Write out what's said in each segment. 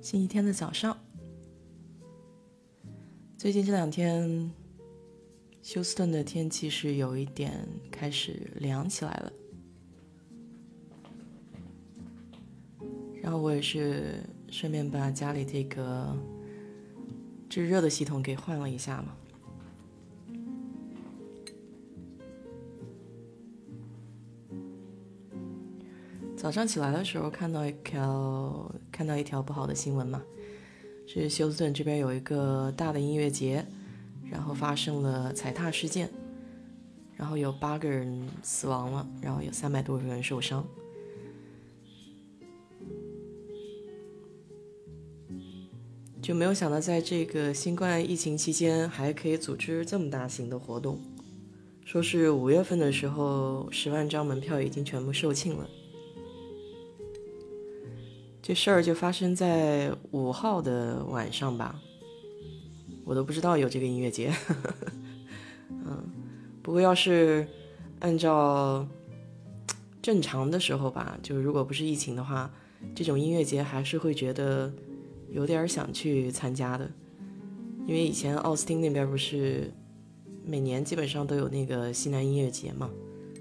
星期天的早上，最近这2天，休斯顿的天气是有一点开始凉起来了。然后我也是顺便把家里这个制热的系统给换了一下嘛。早上起来的时候看到一条不好的新闻嘛，是休斯顿这边有一个大的音乐节，然后发生了踩踏事件，然后有8个人死亡了，然后有300多个人受伤。就没有想到在这个新冠疫情期间还可以组织这么大型的活动，说是5月份的时候10万张门票已经全部售罄了。这事儿就发生在5号的晚上吧，我都不知道有这个音乐节。不过要是按照正常的时候吧，就如果不是疫情的话，这种音乐节还是会觉得有点想去参加的。因为以前奥斯汀那边不是每年基本上都有那个西南音乐节嘛，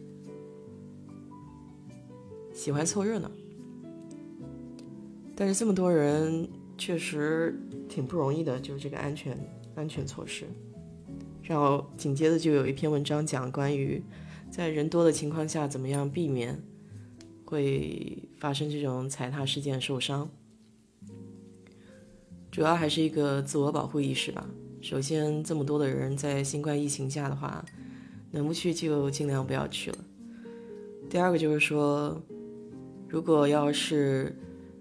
喜欢凑热闹。但是这么多人确实挺不容易的，就是这个安全措施。然后紧接着就有一篇文章讲关于在人多的情况下怎么样避免会发生这种踩踏事件受伤。主要还是一个自我保护意识吧。首先这么多的人在新冠疫情下的话，能不去就尽量不要去了。第二个就是说，如果要是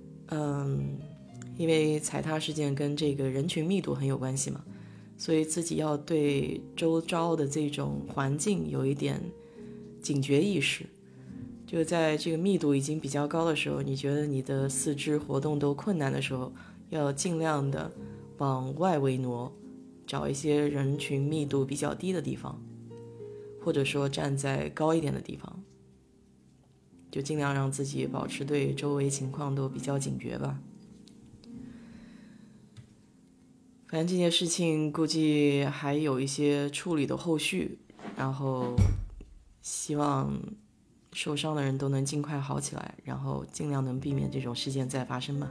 因为踩踏事件跟这个人群密度很有关系嘛，所以自己要对周遭的这种环境有一点警觉意识。就在这个密度已经比较高的时候，你觉得你的四肢活动都困难的时候，要尽量的往外围挪，找一些人群密度比较低的地方，或者说站在高一点的地方，就尽量让自己保持对周围情况都比较警觉吧。反正这件事情估计还有一些处理的后续，然后希望受伤的人都能尽快好起来，然后尽量能避免这种事件再发生吧。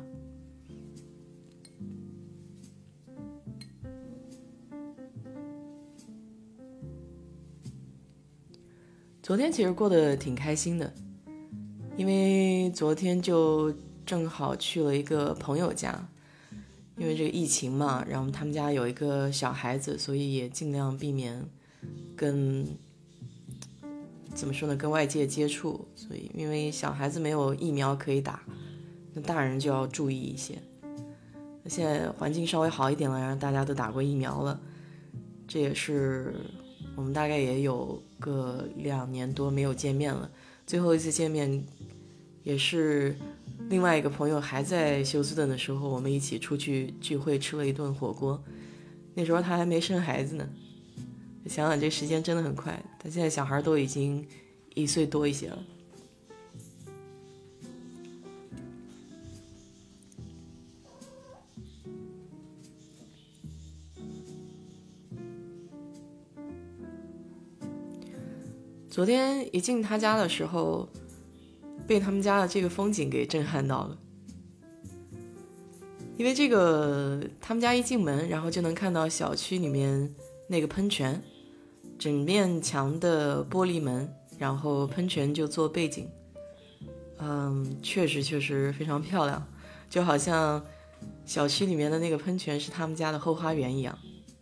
昨天其实过得挺开心的，因为昨天就正好去了一个朋友家，因为这个疫情嘛，然后他们家有一个小孩子，所以也尽量避免跟怎么说呢，跟外界接触。所以因为小孩子没有疫苗可以打，那大人就要注意一些。现在环境稍微好一点了，然后大家都打过疫苗了，这也是我们大概也有个2年多没有见面了。最后一次见面也是另外一个朋友还在休斯顿的时候，我们一起出去聚会，吃了一顿火锅。那时候他还没生孩子呢，想想这时间真的很快，他现在小孩都已经1岁多一些了。昨天一进他家的时候，被他们家的这个风景给震撼到了。因为这个他们家一进门，然后就能看到小区里面那个喷泉，整面墙的玻璃门，然后喷泉就做背景。确实非常漂亮，就好像小区里面的那个喷泉是他们家的后花园一样。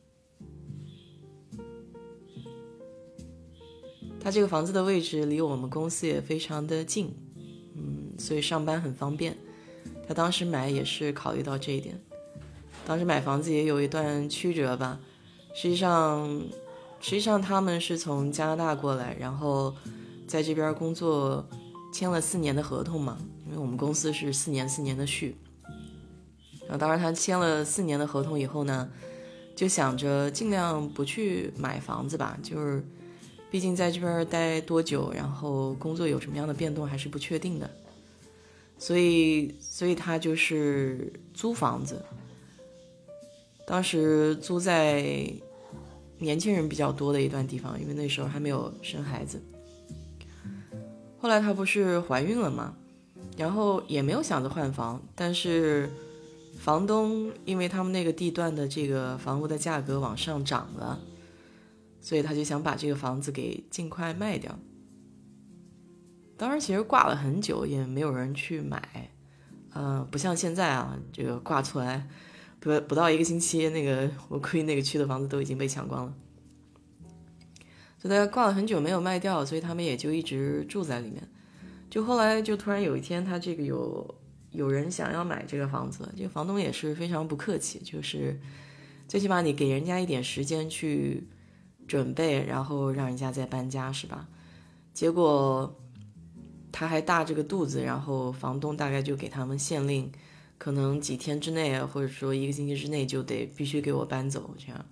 他这个房子的位置离我们公司也非常的近，所以上班很方便。他当时买也是考虑到这一点，当时买房子也有一段曲折吧。实际上他们是从加拿大过来，然后在这边工作，签了4年的合同嘛，因为我们公司是4年的续。然后当时他签了4年的合同以后呢，就想着尽量不去买房子吧，就是毕竟在这边待多久，然后工作有什么样的变动还是不确定的。 所以他就是租房子，当时租在年轻人比较多的一段地方，因为那时候还没有生孩子。后来她不是怀孕了嘛，然后也没有想着换房，但是房东因为他们那个地段的这个房屋的价格往上涨了，所以他就想把这个房子给尽快卖掉。当时其实挂了很久，也没有人去买，不像现在啊，这个挂出来不到1个星期，那个我估计那个区的房子都已经被抢光了。所以他挂了很久没有卖掉，所以他们也就一直住在里面。就后来就突然有一天，他这个有人想要买这个房子，这个房东也是非常不客气，就是最起码你给人家一点时间去准备，然后让人家再搬家是吧？结果他还大这个肚子，然后房东大概就给他们限令，可能几天之内或者说1个星期之内就得必须给我搬走这样。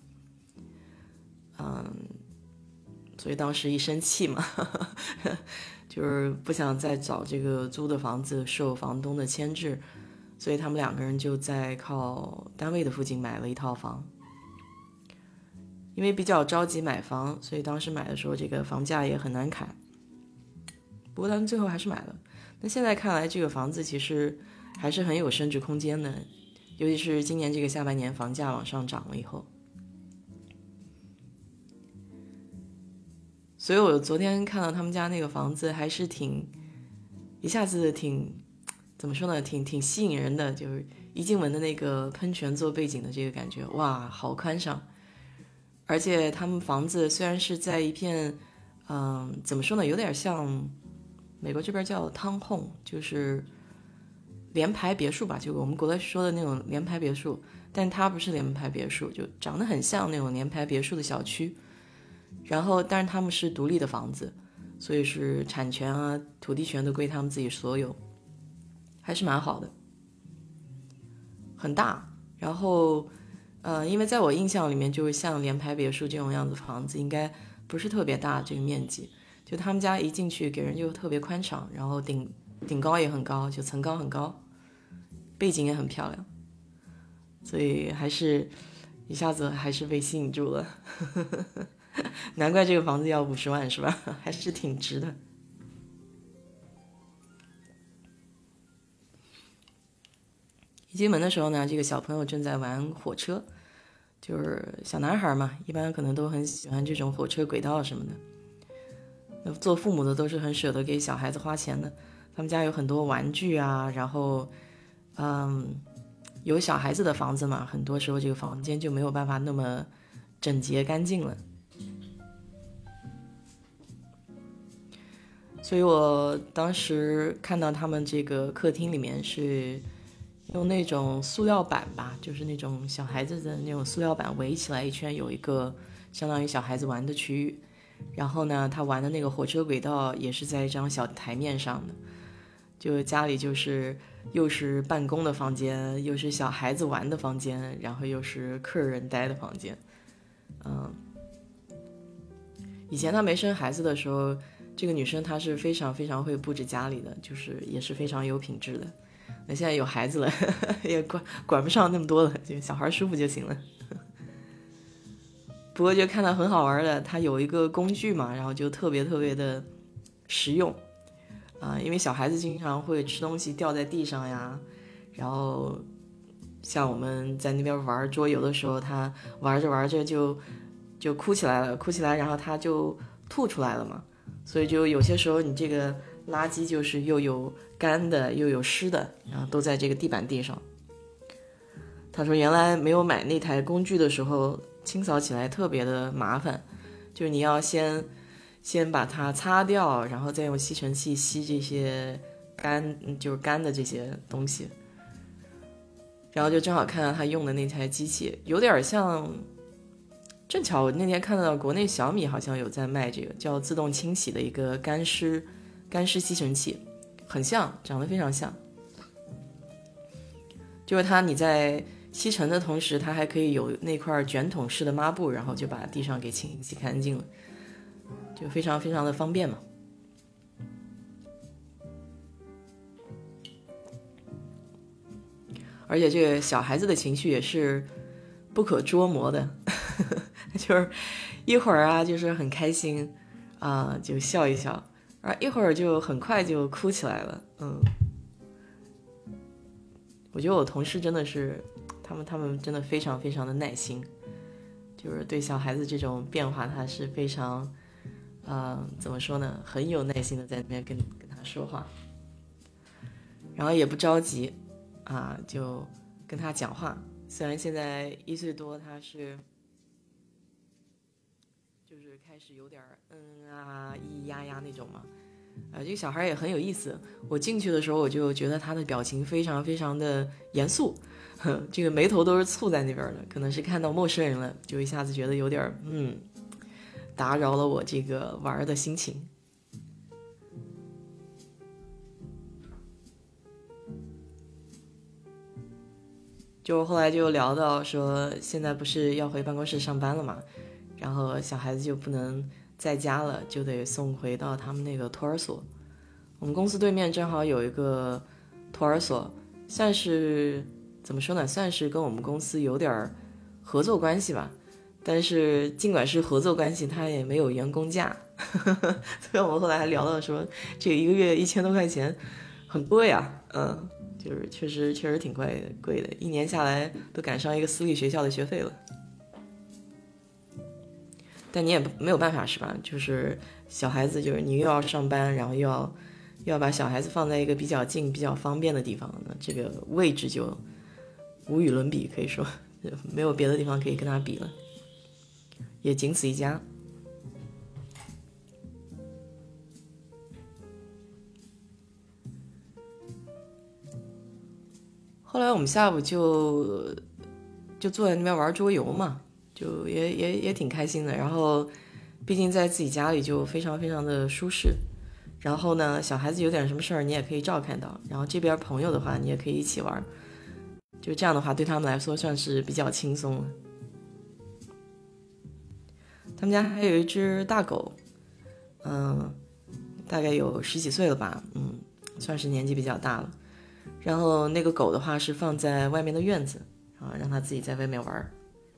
所以当时一生气嘛就是不想再找这个租的房子受房东的牵制，所以他们2个人就在靠单位的附近买了一套房。因为比较着急买房，所以当时买的时候这个房价也很难砍，不过他们最后还是买了。那现在看来这个房子其实还是很有升值空间的，尤其是今年这个下半年房价往上涨了以后。所以我昨天看到他们家那个房子还是一下子怎么说呢，挺吸引人的，就是一进门的那个喷泉做背景的这个感觉，哇，好宽敞。而且他们房子虽然是在一片怎么说呢，有点像美国这边叫 townhome， 就是联排别墅吧，就我们国内说的那种联排别墅，但它不是联排别墅，就长得很像那种联排别墅的小区。然后但是他们是独立的房子，所以是产权啊土地权都归他们自己所有，还是蛮好的，很大。然后因为在我印象里面，就是像联排别墅这种样子房子应该不是特别大，这个面积就他们家一进去给人就特别宽敞，然后顶高也很高，就层高很高，背景也很漂亮，所以还是一下子还是被吸引住了难怪这个房子要50万是吧？还是挺值的。一进门的时候呢，这个小朋友正在玩火车，就是小男孩嘛，一般可能都很喜欢这种火车轨道什么的。做父母的都是很舍得给小孩子花钱的，他们家有很多玩具啊，然后有小孩子的房子嘛，很多时候这个房间就没有办法那么整洁干净了。所以我当时看到他们这个客厅里面是用那种塑料板吧，就是那种小孩子的那种塑料板围起来一圈，有一个相当于小孩子玩的区域。然后呢，他玩的那个火车轨道也是在一张小台面上的，就家里就是又是办公的房间，又是小孩子玩的房间，然后又是客人待的房间。以前他没生孩子的时候，这个女生她是非常非常会布置家里的，就是也是非常有品质的。那现在有孩子了也管不上那么多了，就小孩舒服就行了不过就看到很好玩的，它有一个工具嘛，然后就特别特别的实用因为小孩子经常会吃东西掉在地上呀，然后像我们在那边玩桌游的时候，他玩着玩着就哭起来了，然后他就吐出来了嘛，所以就有些时候你这个垃圾就是又有干的又有湿的，然后都在这个地板地上。他说原来没有买那台工具的时候清扫起来特别的麻烦，就是你要先把它擦掉，然后再用吸尘器吸这些就是干的这些东西。然后就正好看到他用的那台机器，有点像，正巧我那天看到国内小米好像有在卖这个叫自动清洗的一个干湿吸尘器，很像，长得非常像。就是它你在吸尘的同时，它还可以有那块卷筒式的抹布，然后就把地上给洗干净了，就非常非常的方便嘛。 而且这个小孩子的情绪也是不可捉摸的，就是一会儿啊就是很开心啊，就笑一笑，而一会儿就很快就哭起来了。我觉得我同事真的是他们真的非常非常的耐心，就是对小孩子这种变化他是非常怎么说呢，很有耐心的在那边跟他说话，然后也不着急啊，就跟他讲话。虽然现在1岁多，他是就是开始有点咿咿呀呀那种嘛，这个小孩也很有意思。我进去的时候，我就觉得他的表情非常非常的严肃，这个眉头都是蹙在那边的，可能是看到陌生人了，就一下子觉得有点打扰了我这个玩的心情。就后来就聊到说，现在不是要回办公室上班了嘛，然后小孩子就不能在家了，就得送回到他们那个托儿所。我们公司对面正好有一个托儿所，算是怎么说呢，算是跟我们公司有点合作关系吧。但是尽管是合作关系，他也没有员工价，所以我们后来还聊到说，这个1个月1000多块钱，很贵啊，就是确实挺贵的，一年下来都赶上一个私立学校的学费了。但你也没有办法是吧？就是小孩子，就是你又要上班，然后又要把小孩子放在一个比较近、比较方便的地方，那这个位置就无与伦比，可以说没有别的地方可以跟他比了，也仅此一家。后来我们下午就坐在那边玩桌游嘛，就也挺开心的。然后毕竟在自己家里就非常非常的舒适。然后呢，小孩子有点什么事儿你也可以照看到，然后这边朋友的话你也可以一起玩，就这样的话对他们来说算是比较轻松了。他们家还有一只大狗，大概有10几岁了吧，算是年纪比较大了。然后那个狗的话是放在外面的院子啊，让它自己在外面玩。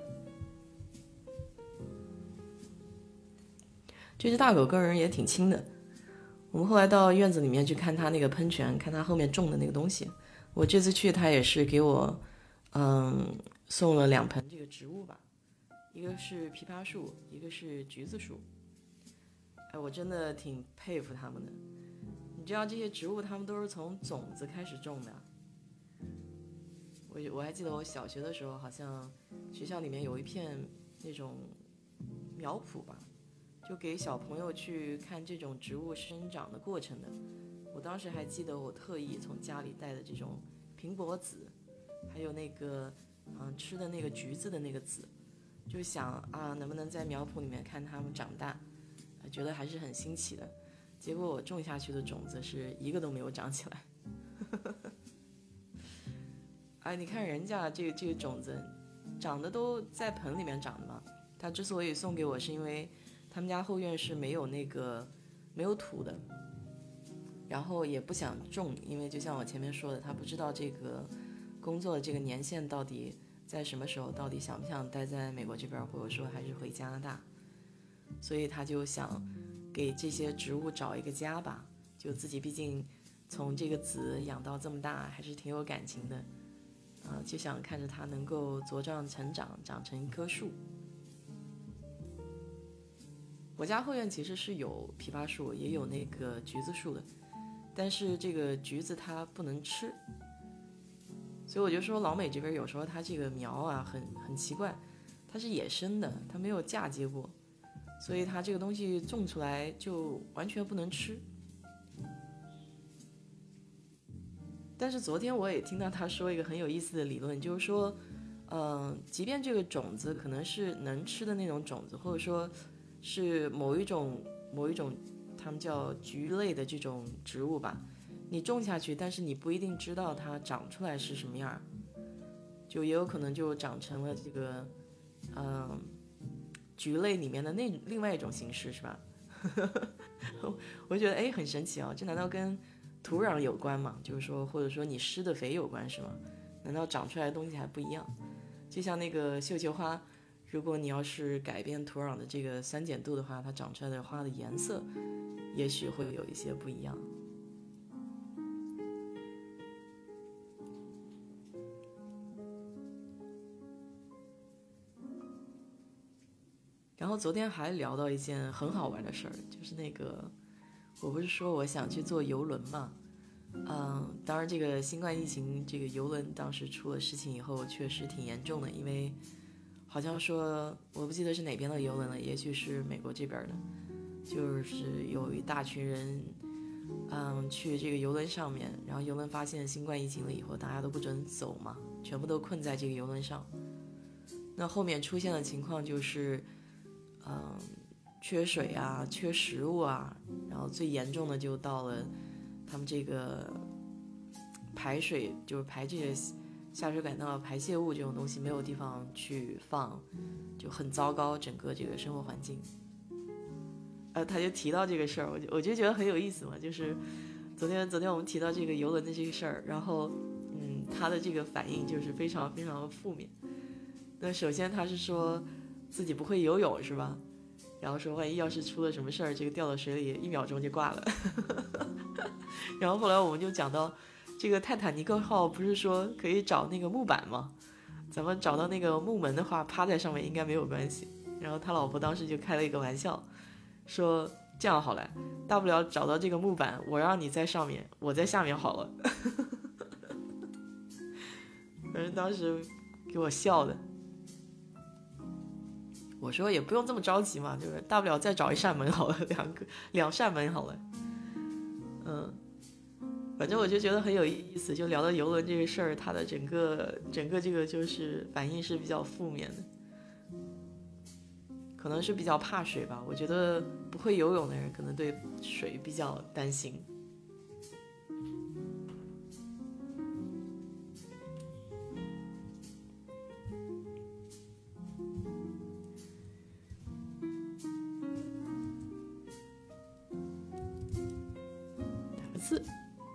这只大狗跟人也挺亲的。我们后来到院子里面去看它那个喷泉，看它后面种的那个东西。我这次去，它也是给我送了2盆这个植物吧，一个是枇杷树，一个是橘子树。我真的挺佩服他们的。你知道这些植物它们都是从种子开始种的。我还记得我小学的时候，好像学校里面有一片那种苗圃吧，就给小朋友去看这种植物生长的过程的。我当时还记得我特意从家里带的这种苹果籽，还有那个吃的那个橘子的那个籽，就想能不能在苗圃里面看它们长大，觉得还是很新奇的。结果我种下去的种子是一个都没有长起来。你看人家这个种子长的都在盆里面长的嘛。他之所以送给我，是因为他们家后院是没有土的，然后也不想种，因为就像我前面说的，他不知道这个工作的这个年限到底在什么时候，到底想不想待在美国这边，或者说还是回加拿大，所以他就想给这些植物找一个家吧，就自己毕竟从这个籽养到这么大，还是挺有感情的。就想看着它能够茁壮成长，长成一棵树。我家后院其实是有枇杷树，也有那个橘子树的，但是这个橘子它不能吃，所以我就说老美这边有时候它这个苗很奇怪，它是野生的，它没有嫁接过，所以它这个东西种出来就完全不能吃。但是昨天我也听到他说一个很有意思的理论，就是说，即便这个种子可能是能吃的那种种子，或者说是某一种他们叫菊类的这种植物吧，你种下去，但是你不一定知道它长出来是什么样，就也有可能就长成了这个，菊类里面的另外一种形式，是吧？我觉得很神奇啊，这难道跟土壤有关吗？就是说，或者说你施的肥有关是吗？ 难道长出来的东西还不一样？就像那个绣球花，如果你要是改变土壤的这个酸碱度的话，它长出来的花的颜色也许会有一些不一样。然后昨天还聊到一件很好玩的事儿，就是那个我不是说我想去坐游轮嘛，当然这个新冠疫情这个游轮当时出了事情以后确实挺严重的，因为好像说我不记得是哪边的游轮了，也许是美国这边的，就是有一大群人去这个游轮上面，然后游轮发现新冠疫情了以后，大家都不准走嘛，全部都困在这个游轮上。那后面出现的情况就是缺水啊，缺食物啊，然后最严重的就到了他们这个排水，就是排这个下水管道排泄物这种东西没有地方去放，就很糟糕，整个这个生活环境。他就提到这个事儿，我就觉得很有意思嘛，就是昨天我们提到这个游轮的这个事儿，然后他的这个反应就是非常非常的负面。那首先他是说自己不会游泳是吧？然后说万一要是出了什么事儿，这个掉到水里1秒钟就挂了。然后后来我们就讲到这个泰坦尼克号不是说可以找那个木板吗？咱们找到那个木门的话，趴在上面应该没有关系。然后他老婆当时就开了一个玩笑，说这样好了，大不了找到这个木板，我让你在上面，我在下面好了。反正当时给我笑的。我说也不用这么着急嘛，就是大不了再找一扇门好了，两扇门好了。反正我就觉得很有意思，就聊到游轮这个事儿，它的整个这个就是反应是比较负面的，可能是比较怕水吧。我觉得不会游泳的人可能对水比较担心。打个字。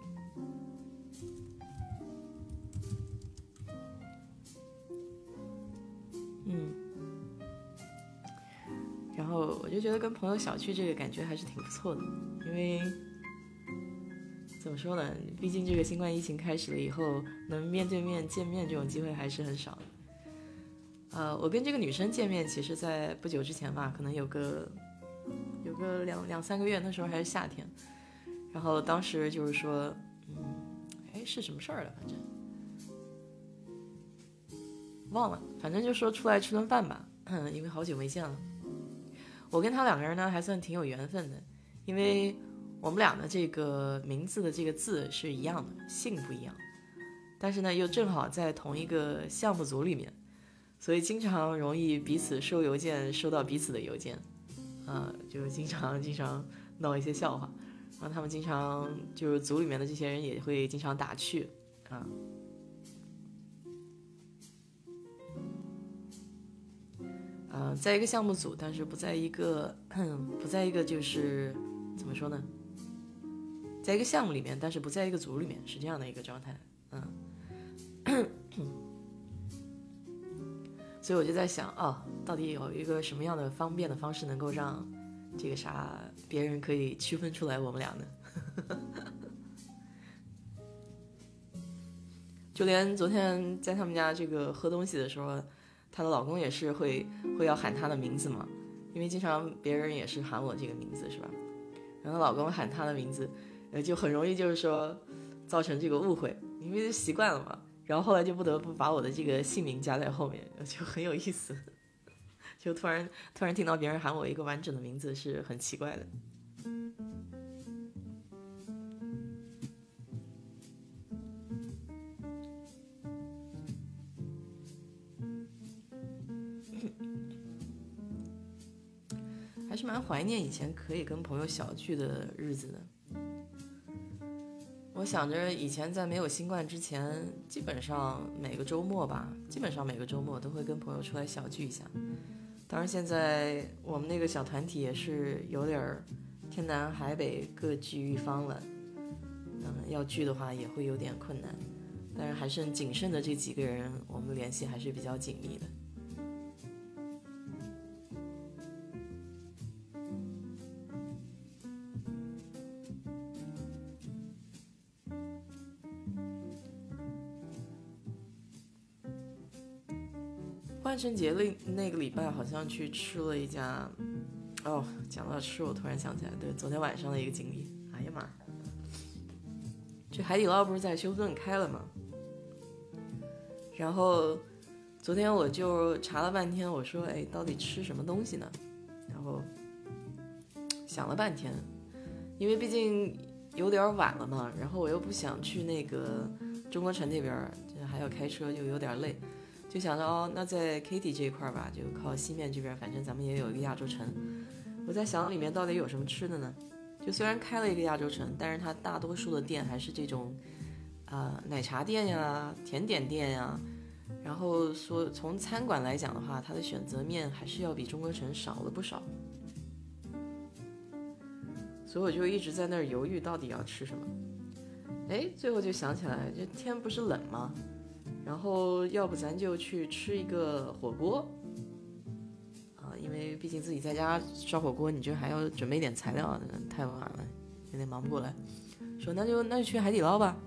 然后我就觉得跟朋友小聚这个感觉还是挺不错的，因为怎么说呢，毕竟这个新冠疫情开始了以后，能面对面见面这种机会还是很少的。我跟这个女生见面，其实在不久之前吧，可能有个两三个月，那时候还是夏天。然后当时就是说，是什么事儿了，反正忘了，反正就说出来吃顿饭吧，因为好久没见了。我跟他两个人呢还算挺有缘分的，因为我们俩的这个名字的这个字是一样的，姓不一样，但是呢又正好在同一个项目组里面，所以经常容易彼此收邮件，收到彼此的邮件，就经常闹一些笑话，然后他们经常就是组里面的这些人也会经常打趣啊。在一个项目组，但是不在一个就是怎么说呢，在一个项目里面，但是不在一个组里面，是这样的一个状态。所以我就在想，到底有一个什么样的方便的方式能够让这个别人可以区分出来我们俩呢？就连昨天在他们家这个喝东西的时候，她的老公也是会要喊她的名字嘛，因为经常别人也是喊我这个名字是吧？然后老公喊她的名字，就很容易就是说造成这个误会，因为习惯了嘛。然后后来就不得不把我的这个姓名加在后面，就很有意思。就突然听到别人喊我一个完整的名字是很奇怪的。还是蛮怀念以前可以跟朋友小聚的日子的。我想着以前在没有新冠之前，基本上每个周末都会跟朋友出来小聚一下。当然现在我们那个小团体也是有点天南海北各据一方了，要聚的话也会有点困难。 但是还剩仅剩的这几个人，我们的联系还是比较紧密的。万圣节那个礼拜好像去吃了一家，讲到吃我突然想起来，对，昨天晚上的一个经历。哎呀妈，这海底捞不是在休斯顿开了吗？然后昨天我就查了半天，我说到底吃什么东西呢？然后想了半天，因为毕竟有点晚了嘛，然后我又不想去那个中国城那边，还要开车，就有点累。就想着那在 Katy 这一块吧，就靠西面这边，反正咱们也有一个亚洲城。我在想里面到底有什么吃的呢？就虽然开了一个亚洲城，但是它大多数的店还是这种奶茶店呀、甜点店呀。然后说从餐馆来讲的话，它的选择面还是要比中国城少了不少。所以我就一直在那儿犹豫到底要吃什么。最后就想起来，这天不是冷吗？然后要不咱就去吃一个火锅因为毕竟自己在家烧火锅，你这还要准备点材料，太晚了，有点忙不过来。说那就去海底捞吧。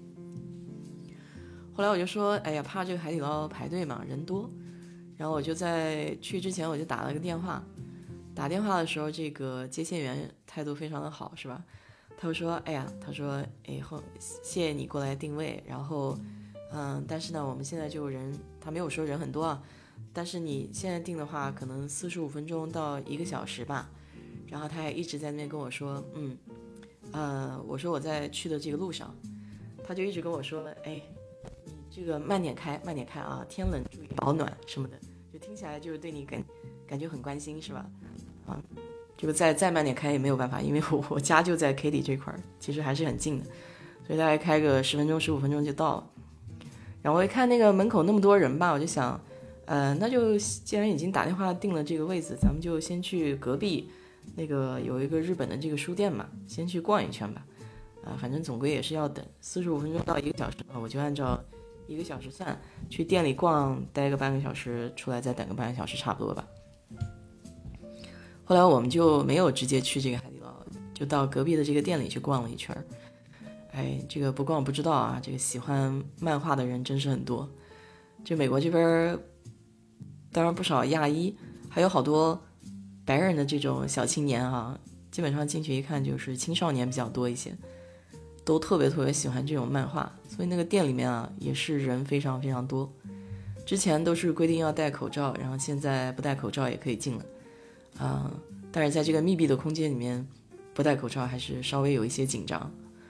后来我就说，怕这个海底捞排队嘛，人多。然后我就在去之前我就打了个电话，打电话的时候这个接线员态度非常的好，是吧？他说，谢谢你过来定位，然后但是呢，我们现在就人，他没有说人很多啊，但是你现在订的话，可能45分钟到1个小时吧。然后他还一直在那边跟我说，我说我在去的这个路上，他就一直跟我说，你这个慢点开啊，天冷注意保暖什么的，就听起来就是对你感觉很关心，是吧？这个再慢点开也没有办法，因为我家就在 Katy 这块，其实还是很近的，所以大概开个10分钟15分钟就到了。然后我一看那个门口那么多人吧，我就想，那就既然已经打电话订了这个位置，咱们就先去隔壁那个有一个日本的这个书店嘛，先去逛一圈吧。反正总归也是要等45分钟到1个小时嘛，我就按照1个小时算，去店里逛，待个半个小时，出来再等个半个小时，差不多吧。后来我们就没有直接去这个海底捞，就到隔壁的这个店里去逛了一圈。这个不逛不知道啊，这个喜欢漫画的人真是很多。就美国这边，当然不少亚裔，还有好多白人的这种小青年啊，基本上进去一看就是青少年比较多一些，都特别特别喜欢这种漫画，所以那个店里面啊也是人非常非常多。之前都是规定要戴口罩，然后现在不戴口罩也可以进了。但是在这个密闭的空间里面不戴口罩还是稍微有一些紧张，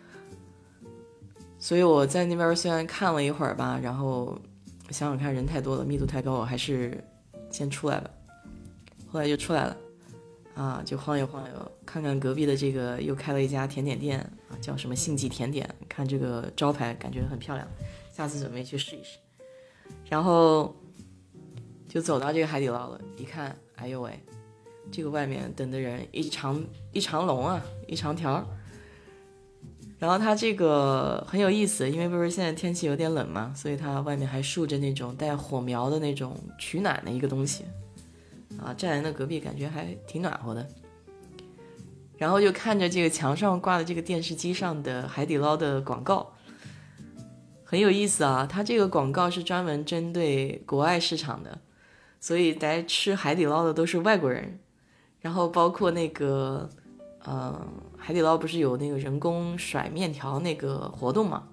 所以我在那边虽然看了一会儿吧，然后想想看人太多了，密度太高，我还是先出来了。后来就出来了就晃悠晃悠，看看隔壁的这个又开了一家甜点店叫什么杏记甜点，看这个招牌感觉很漂亮，下次准备去试一试。然后就走到这个海底捞了，一看，哎呦喂，这个外面等的人一长龙啊，一长条。然后它这个很有意思，因为不是现在天气有点冷嘛，所以它外面还竖着那种带火苗的那种取暖的一个东西站在那隔壁感觉还挺暖和的。然后就看着这个墙上挂的这个电视机上的海底捞的广告，很有意思啊。它这个广告是专门针对国外市场的，所以来吃海底捞的都是外国人。然后包括那个海底捞不是有那个人工甩面条那个活动吗？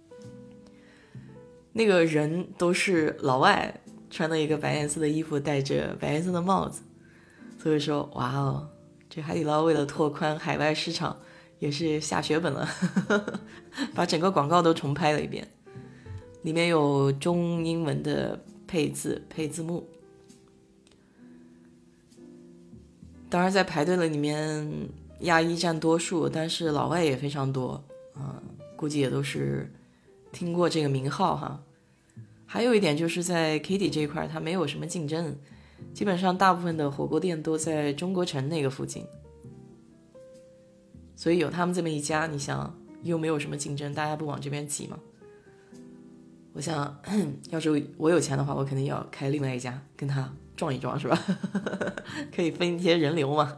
那个人都是老外，穿了一个白颜色的衣服，戴着白颜色的帽子。所以说，哇哦，这海底捞为了拓宽海外市场也是下血本了把整个广告都重拍了一遍，里面有中英文的配字幕。当然在排队的里面亚裔占多数，但是老外也非常多估计也都是听过这个名号哈。还有一点就是在 Katy 这一块它没有什么竞争，基本上大部分的火锅店都在中国城那个附近，所以有他们这么一家，你想又没有什么竞争，大家不往这边挤吗？ 我想要是我有钱的话，我肯定要开另外一家跟他撞一撞，是吧？可以分一些人流嘛。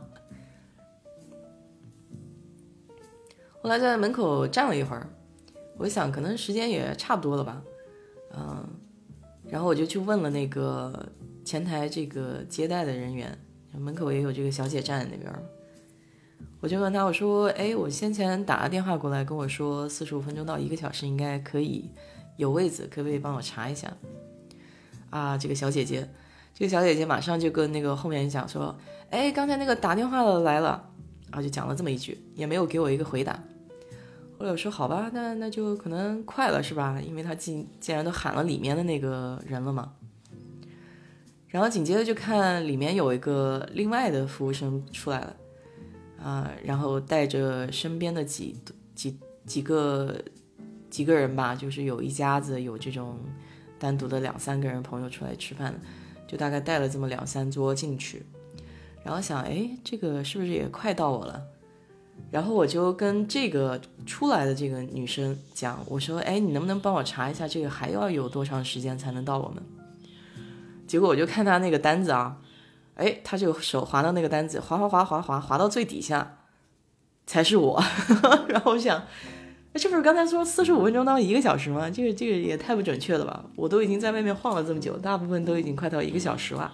后来在门口站了一会儿，我想可能时间也差不多了吧，然后我就去问了那个前台这个接待的人员，门口也有这个小姐站在那边，我就问他，我说，哎，我先前打了电话过来跟我说45分钟到1个小时应该可以有位子，可不可以帮我查一下？啊，这个小姐姐马上就跟那个后面讲说，哎，刚才那个打电话的来了，然后就讲了这么一句，也没有给我一个回答。后来我说好吧，那就可能快了是吧？因为他既然都喊了里面的那个人了嘛。然后紧接着就看里面有一个另外的服务生出来了，然后带着身边的几个人吧，就是有一家子有这种单独的2-3个人朋友出来吃饭的，就大概带了这么2-3桌进去。然后想，哎，这个是不是也快到我了？然后我就跟这个出来的这个女生讲，我说，哎，你能不能帮我查一下这个还要有多长时间才能到我们？结果我就看他那个单子啊，哎，他就手滑到那个单子，滑到最底下才是我。然后我想，这不是刚才说45分钟到1个小时吗？这个也太不准确了吧！我都已经在外面晃了这么久，大部分都已经快到1个小时了。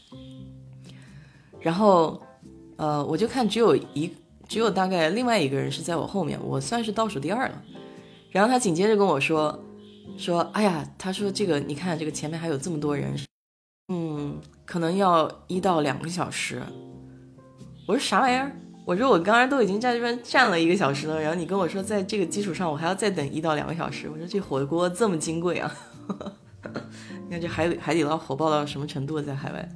然后我就看只有大概另外一个人是在我后面，我算是倒数第2了。然后他紧接着跟我说，哎呀，他说这个你看这个前面还有这么多人，可能要1到2个小时。我说啥玩意儿？我说我刚才都已经在这边站了1个小时了，然后你跟我说在这个基础上我还要再等1到2个小时。我说这火锅这么金贵啊！你看这海底捞火爆到什么程度在海外？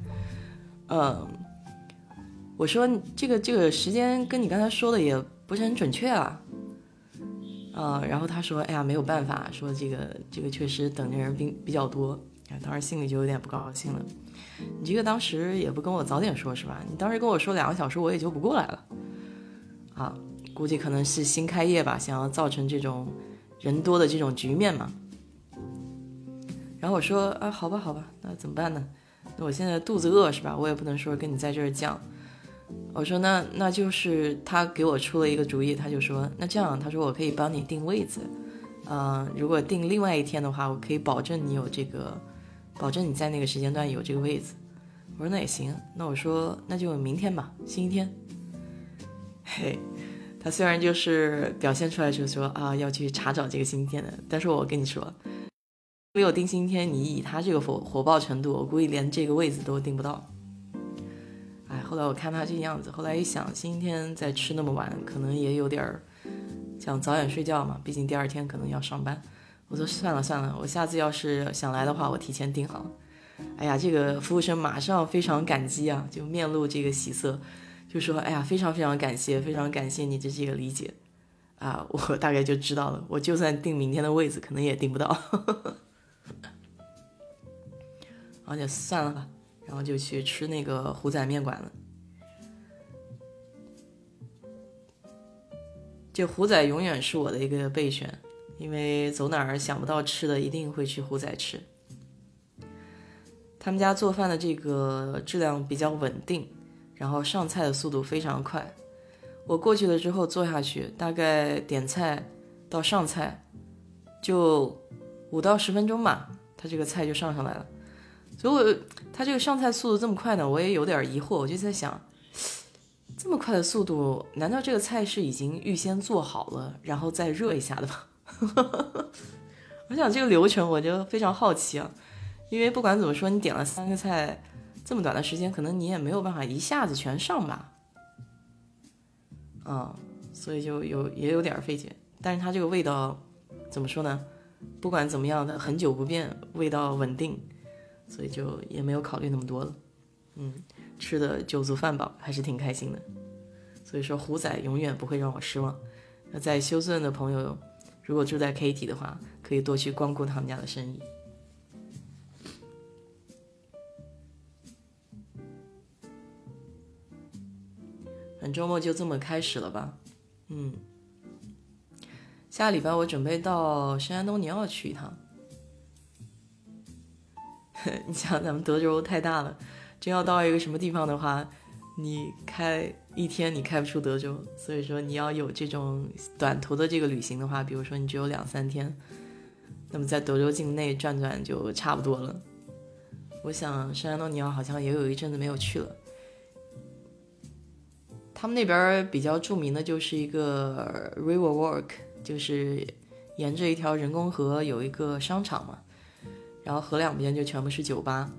我说这个时间跟你刚才说的也不是很准确啊。然后他说，哎呀，没有办法，说这个确实等的人比较多，当时心里就有点不高兴了。你这个当时也不跟我早点说是吧？你当时跟我说2个小时，我也就不过来了。估计可能是新开业吧，想要造成这种人多的这种局面嘛。然后我说，好吧，那怎么办呢？那我现在肚子饿是吧？我也不能说跟你在这儿犟。我说那就是他给我出了一个主意，他就说那这样，他说我可以帮你订位子，如果订另外一天的话，我可以保证你在那个时间段有这个位子。我说那也行，那我说那就明天吧，星期天。嘿，他虽然就是表现出来就是说要去查找这个星期天的，但是我跟你说，没有订星期天，你以他这个火爆程度，我估计连这个位子都订不到。后来我看他这样子，后来一想，星期天再吃那么晚，可能也有点想早点睡觉嘛，毕竟第2天可能要上班。我说算了，我下次要是想来的话，我提前订好。哎呀，这个服务生马上非常感激啊，就面露这个喜色，就说哎呀，非常非常感谢你的这个理解我大概就知道了，我就算订明天的位子，可能也订不到。然后就算了吧。然后就去吃那个虎仔面馆了。这虎仔永远是我的一个备选，因为走哪儿想不到吃的，一定会去虎仔吃。他们家做饭的这个质量比较稳定，然后上菜的速度非常快。我过去了之后坐下去，大概点菜到上菜就5到10分钟吧，他这个菜就上来了。所以他这个上菜速度这么快呢，我也有点疑惑，我就在想，这么快的速度，难道这个菜是已经预先做好了，然后再热一下的吗？我想这个流程我就非常好奇啊，因为不管怎么说，你点了3个菜，这么短的时间，可能你也没有办法一下子全上吧，所以就也有点费解。但是它这个味道怎么说呢？不管怎么样的，很久不变，味道稳定。所以就也没有考虑那么多了，吃的酒足饭饱，还是挺开心的。所以说虎仔永远不会让我失望。那在休斯顿的朋友，如果住在 Katy 的话，可以多去光顾他们家的生意。反正周末就这么开始了吧，下礼拜我准备到圣安东尼奥去一趟。 你想咱们德州太大了，真要到一个什么地方的话，你开一天你开不出德州，所以说你要有这种短途的这个旅行的话，比如说你只有2-3天，那么在德州境内转转就差不多了。我想圣安东尼奥好像也有一阵子没有去了。他们那边比较著名的就是一个 Riverwalk， 就是沿着一条人工河有一个商场嘛，然后河两边就全部是酒吧。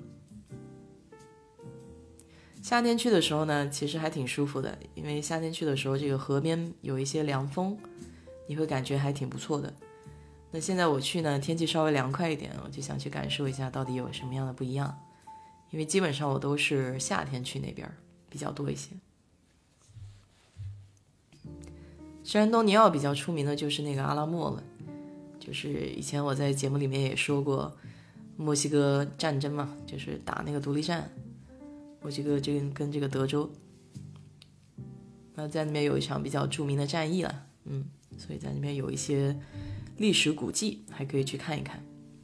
夏天去的时候呢，其实还挺舒服的，因为夏天去的时候这个河边有一些凉风，你会感觉还挺不错的。那现在我去呢，天气稍微凉快一点，我就想去感受一下到底有什么样的不一样，因为基本上我都是夏天去那边比较多一些。圣安东尼奥比较出名的就是那个阿拉莫了，就是以前我在节目里面也说过，墨西哥战争嘛，就是打那个独立战，墨西哥跟这个德州，在那边有一场比较著名的战役了，所以在那边有一些历史古迹，还可以去看一看。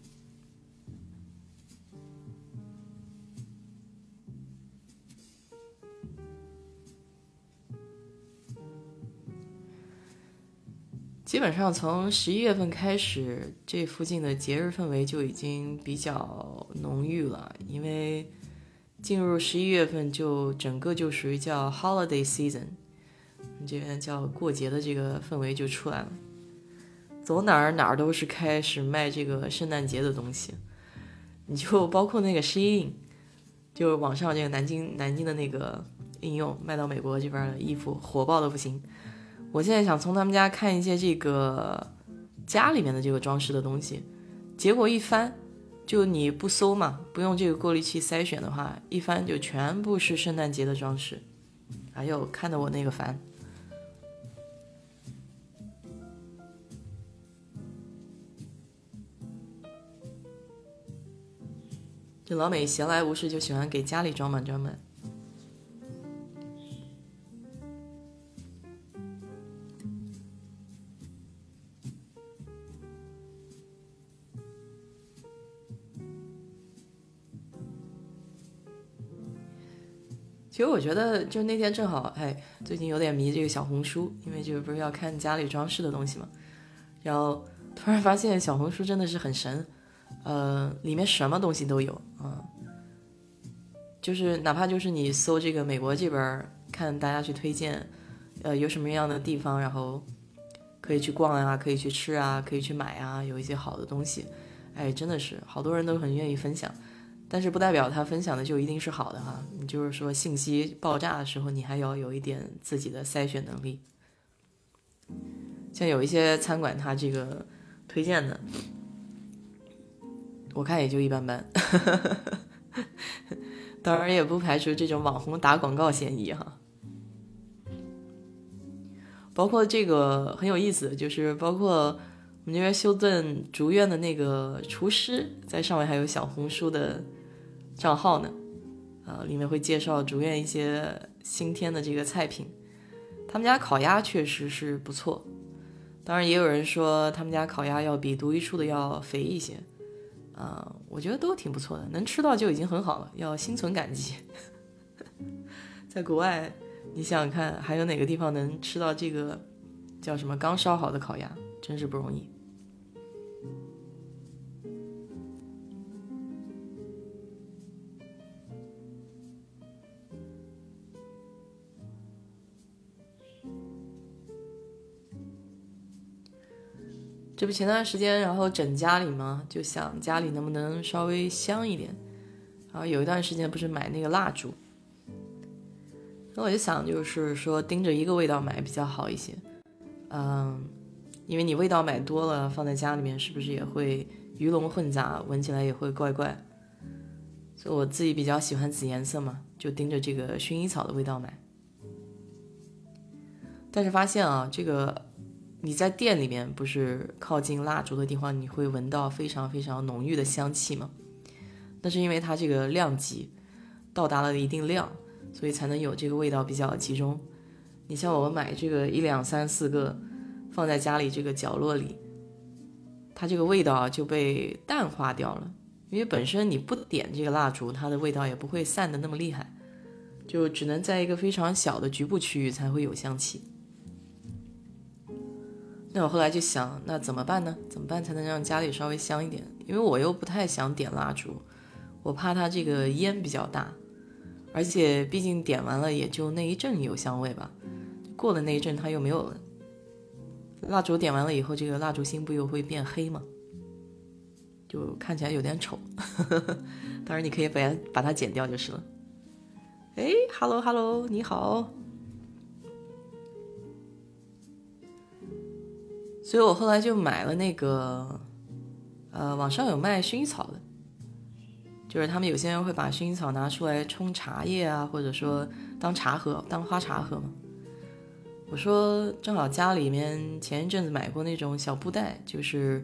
基本上从11月份开始，这附近的节日氛围就已经比较浓郁了，因为进入11月份就整个就属于叫 holiday season， 这边叫过节的这个氛围就出来了。走哪儿都是开始卖这个圣诞节的东西，你就包括那个 Shein， 就网上这个南京的那个应用卖到美国这边的衣服火爆的不行。我现在想从他们家看一些这个家里面的这个装饰的东西，结果一翻，就你不搜嘛，不用这个过滤器筛选的话，一翻就全部是圣诞节的装饰，哎呦，看得我那个烦。这老美闲来无事就喜欢给家里装满。其实我觉得就那天正好，最近有点迷这个小红书，因为这个不是要看家里装饰的东西嘛，然后突然发现小红书真的是很神，里面什么东西都有啊，就是哪怕就是你搜这个美国这边看大家去推荐，有什么样的地方，然后可以去逛啊，可以去吃啊，可以去买啊，有一些好的东西，真的是好多人都很愿意分享。但是不代表他分享的就一定是好的哈，你就是说信息爆炸的时候，你还要有一点自己的筛选能力。像有一些餐馆他这个推荐的，我看也就一般般，当然也不排除这种网红打广告嫌疑哈。包括这个很有意思，就是包括我们这边休顿竹院的那个厨师，在上面还有小红书的账号呢，里面会介绍竹院一些新添的这个菜品。他们家烤鸭确实是不错，当然也有人说他们家烤鸭要比独一处的要肥一些，我觉得都挺不错的，能吃到就已经很好了，要心存感激。在国外你想想看，还有哪个地方能吃到这个叫什么刚烧好的烤鸭，真是不容易。这不前段时间然后整家里嘛，就想家里能不能稍微香一点，然后有一段时间不是买那个蜡烛，那我就想就是说盯着一个味道买比较好一些，因为你味道买多了放在家里面是不是也会鱼龙混杂，闻起来也会怪怪，所以我自己比较喜欢紫颜色嘛，就盯着这个薰衣草的味道买。但是发现这个你在店里面不是靠近蜡烛的地方你会闻到非常非常浓郁的香气吗？那是因为它这个量级到达了一定量，所以才能有这个味道比较集中。你像我买这个1、2、3、4个放在家里这个角落里，它这个味道就被淡化掉了， 因为本身你不点这个蜡烛，它的味道也不会散得那么厉害，就只能在一个非常小的局部区域才会有香气。那我后来就想，那怎么办呢？怎么办才能让家里稍微香一点？因为我又不太想点蜡烛，我怕它这个烟比较大，而且毕竟点完了也就那一阵有香味吧，过了那一阵它又没有了。蜡烛点完了以后，这个蜡烛芯不又会变黑吗？就看起来有点丑。当然你可以把它剪掉就是了。哎 ，hello， 你好。所以我后来就买了那个，网上有卖薰衣草的，就是他们有些人会把薰衣草拿出来冲茶叶啊，或者说当茶喝，当花茶喝嘛。我说正好家里面前一阵子买过那种小布袋，就是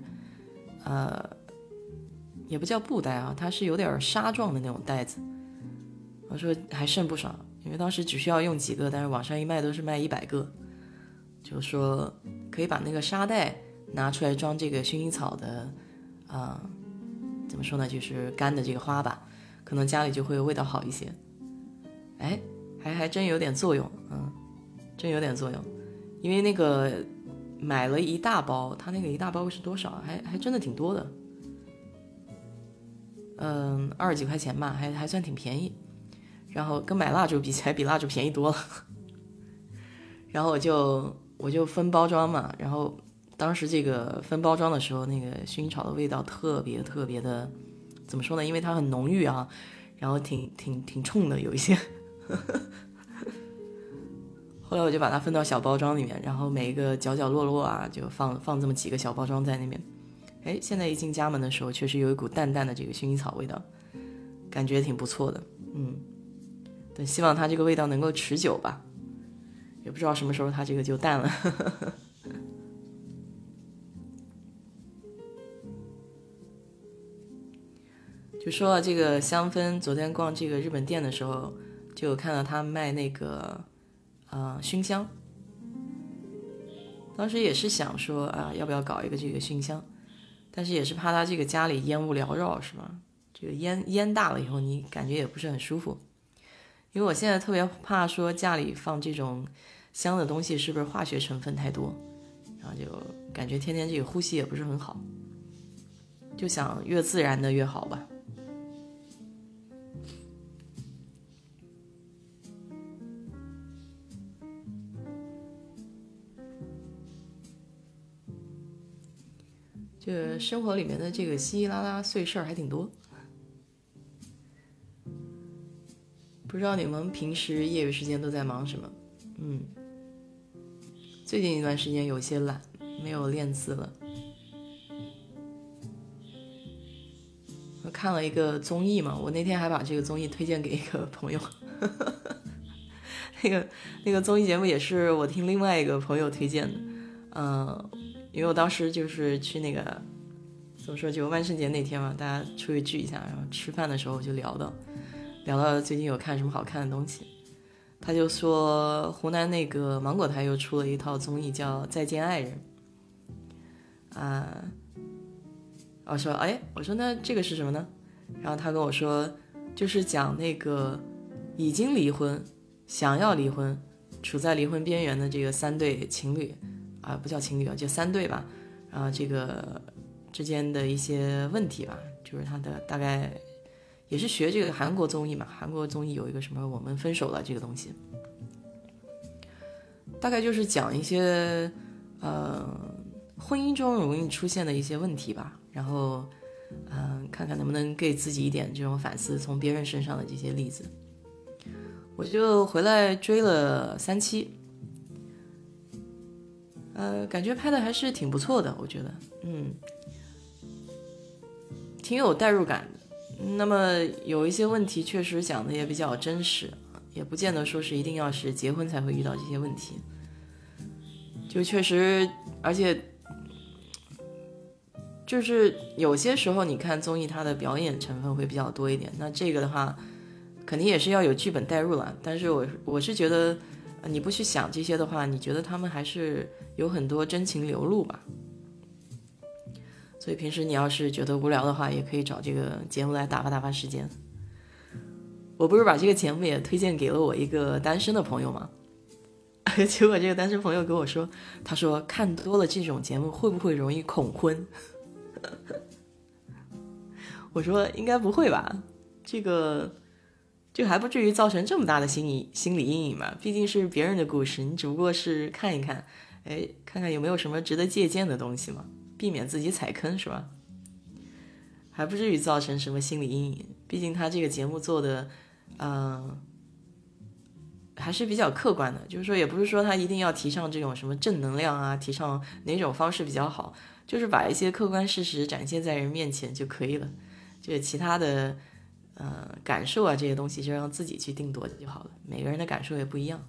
也不叫布袋啊，它是有点纱状的那种袋子。我说还剩不少，因为当时只需要用几个，但是网上一卖都是卖100个，就说可以把那个纱袋拿出来装这个薰衣草的，怎么说呢，就是干的这个花吧，可能家里就会味道好一些。哎，还真有点作用，真有点作用。因为那个买了一大包，它那个一大包是多少？还真的挺多的，20几块钱吧，还算挺便宜。然后跟买蜡烛比起来，比蜡烛便宜多了。然后我就分包装嘛，然后当时这个分包装的时候，那个薰衣草的味道特别特别的，怎么说呢？因为它很浓郁啊，然后挺冲的，有一些。后来我就把它分到小包装里面，然后每一个角角落落啊，就放这么几个小包装在那边。哎，现在一进家门的时候，确实有一股淡淡的这个薰衣草味道，感觉挺不错的。对，希望它这个味道能够持久吧，也不知道什么时候它这个就淡了。就说到这个香氛，昨天逛这个日本店的时候，就有看到他卖那个熏香。当时也是想说要不要搞一个这个熏香，但是也是怕他这个家里烟雾缭绕，是吧？这个烟大了以后，你感觉也不是很舒服。因为我现在特别怕说家里放这种香的东西是不是化学成分太多，然后就感觉天天这个呼吸也不是很好，就想越自然的越好吧。这生活里面的这个稀稀拉拉碎事儿还挺多，不知道你们平时业余时间都在忙什么？最近一段时间有些懒，没有练字了。我看了一个综艺嘛，我那天还把这个综艺推荐给一个朋友。那个综艺节目也是我听另外一个朋友推荐的，因为我当时就是去那个怎么说，就万圣节那天嘛，大家出去聚一下，然后吃饭的时候就聊到最近有看什么好看的东西，他就说湖南那个芒果台又出了一套综艺叫《再见爱人》我说那这个是什么呢？然后他跟我说，就是讲那个已经离婚、想要离婚、处在离婚边缘的这个3对情侣不叫情侣就3对吧，然后这个之间的一些问题吧，就是他的大概也是学这个韩国综艺嘛，韩国综艺有一个什么我们分手了这个东西，大概就是讲一些婚姻中容易出现的一些问题吧，然后看看能不能给自己一点这种反思，从别人身上的这些例子。我就回来追了3期，感觉拍的还是挺不错的，我觉得挺有代入感的。那么有一些问题确实讲的也比较真实，也不见得说是一定要是结婚才会遇到这些问题，就确实，而且就是有些时候你看综艺它的表演成分会比较多一点，那这个的话肯定也是要有剧本代入了，但是我是觉得你不去想这些的话，你觉得他们还是有很多真情流露吧。 所以平时你要是觉得无聊的话，也可以找这个节目来打发时间。我不是把这个节目也推荐给了我一个单身的朋友吗？结果这个单身朋友跟我说，他说看多了这种节目会不会容易恐婚？我说应该不会吧，这个还不至于造成这么大的心理阴影嘛，毕竟是别人的故事，你只不过是看一看，看看有没有什么值得借鉴的东西嘛，避免自己踩坑是吧？还不至于造成什么心理阴影，毕竟他这个节目做的还是比较客观的，就是说也不是说他一定要提倡这种什么正能量啊，提倡哪种方式比较好，就是把一些客观事实展现在人面前就可以了，就是其他的感受啊这些东西就让自己去定夺就好了，每个人的感受也不一样。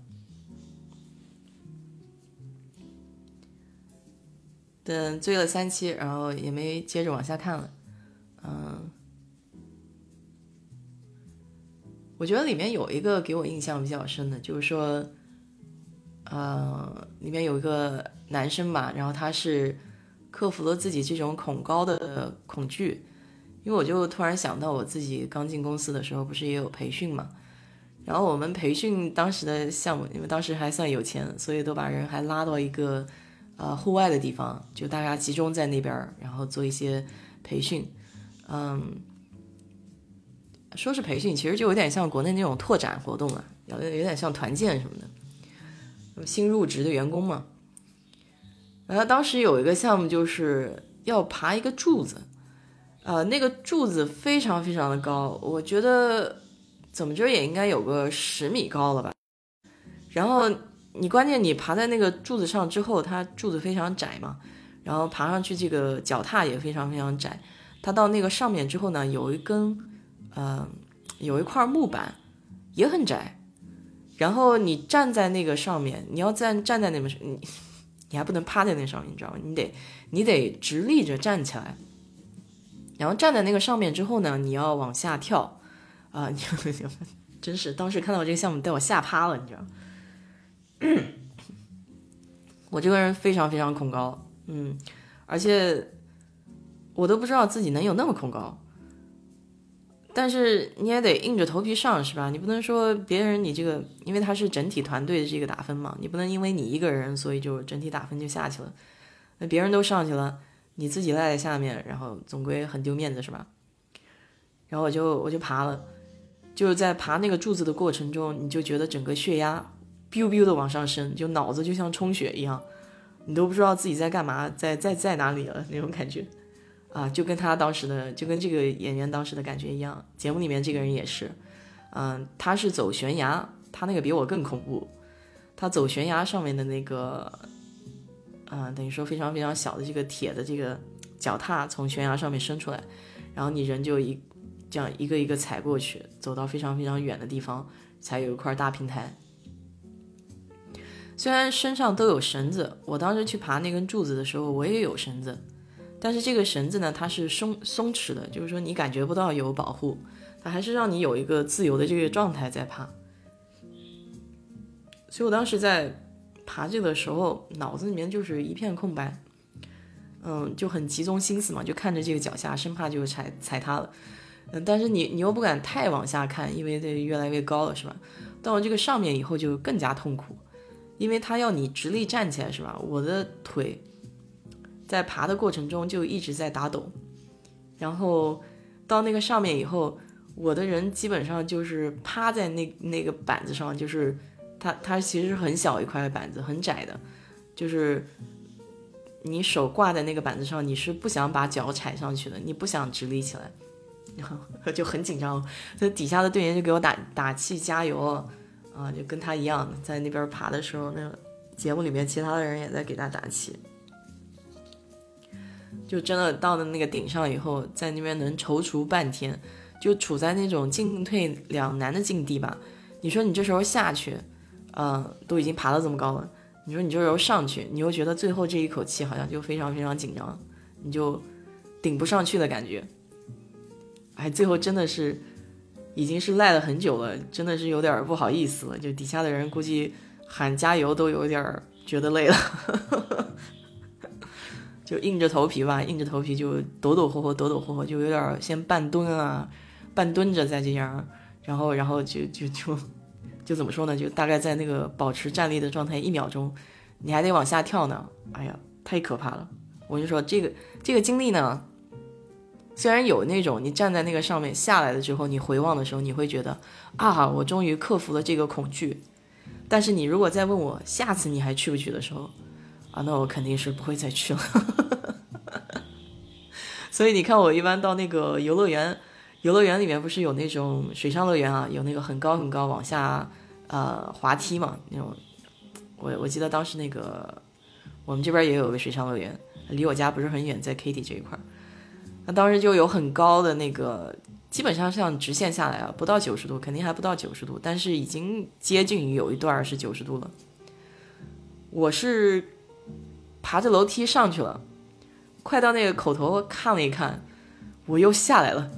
等追了3期，然后也没接着往下看了。我觉得里面有一个给我印象比较深的，就是说，里面有一个男生吧，然后他是克服了自己这种恐高的恐惧，因为我就突然想到我自己刚进公司的时候，不是也有培训嘛，然后我们培训当时的项目，因为当时还算有钱，所以都把人还拉到一个户外的地方，就大家集中在那边，然后做一些培训，说是培训，其实就有点像国内那种拓展活动了，有点像团建什么的，新入职的员工嘛。然后当时有一个项目就是要爬一个柱子，那个柱子非常非常的高，我觉得怎么着也应该有个10米高了吧。然后关键你爬在那个柱子上之后，它柱子非常窄嘛，然后爬上去这个脚踏也非常非常窄，它到那个上面之后呢，有一块木板也很窄，然后你站在那个上面，你要站在那个你还不能趴在那上面，你知道吗？你得直立着站起来，然后站在那个上面之后呢，你要往下跳真是当时看到这个项目带我吓趴了，你知道我这个人非常非常恐高，而且我都不知道自己能有那么恐高，但是你也得硬着头皮上是吧？你不能说别人你这个，因为他是整体团队的这个打分嘛，你不能因为你一个人所以就整体打分就下去了，那别人都上去了，你自己赖在下面，然后总归很丢面子是吧？然后我就爬了，就是在爬那个柱子的过程中，你就觉得整个血压 biu biu 的往上升，就脑子就像充血一样，你都不知道自己在干嘛，在哪里了那种感觉。就跟他当时的，就跟这个演员当时的感觉一样，节目里面这个人也是，他是走悬崖，他那个比我更恐怖，他走悬崖上面的那个，等于说非常非常小的这个铁的这个脚踏从悬崖上面伸出来，然后你人就这样一个一个踩过去，走到非常非常远的地方，才有一块大平台。虽然身上都有绳子，我当时去爬那根柱子的时候，我也有绳子。但是这个绳子呢，它是松弛的，就是说你感觉不到有保护，它还是让你有一个自由的这个状态在爬。所以我当时在爬这个的时候，脑子里面就是一片空白，就很集中心思嘛，就看着这个脚下，生怕就踩它了。但是你又不敢太往下看，因为这越来越高了，是吧？到了这个上面以后就更加痛苦，因为它要你直立站起来，是吧？我的腿在爬的过程中就一直在打抖，然后到那个上面以后，我的人基本上就是趴在那个板子上，就是它其实是很小一块板子，很窄的，就是你手挂在那个板子上，你是不想把脚踩上去的，你不想直立起来，然后就很紧张，所以底下的队员就给我打气加油就跟他一样，在那边爬的时候，那个节目里面其他的人也在给他打气。就真的到了那个顶上以后，在那边能踌躇半天，就处在那种进退两难的境地吧。你说你这时候下去，都已经爬到这么高了，你说你这时候上去，你又觉得最后这一口气好像就非常非常紧张，你就顶不上去的感觉。最后真的是已经是赖了很久了，真的是有点不好意思了，就底下的人估计喊加油都有点觉得累了。 就硬着头皮吧，硬着头皮就抖抖霍霍，抖抖霍霍，就有点先半蹲啊，半蹲着再这样，然后就怎么说呢？就大概在那个保持站立的状态1秒钟，你还得往下跳呢。哎呀，太可怕了！我就说这个经历呢，虽然有那种你站在那个上面下来了之后，你回望的时候，你会觉得啊，我终于克服了这个恐惧。但是你如果再问我下次你还去不去的时候，啊，那我肯定是不会再去了。所以你看，我一般到那个游乐园里面不是有那种水上乐园啊，有那个很高很高往下滑梯嘛，那种。我记得当时那个我们这边也有个水上乐园，离我家不是很远，在 Katy 这一块。那当时就有很高的那个，基本上像直线下来啊，不到90度，肯定还不到90度，但是已经接近于有一段是90度了。我是爬着楼梯上去了，快到那个口头看了一看，我又下来了。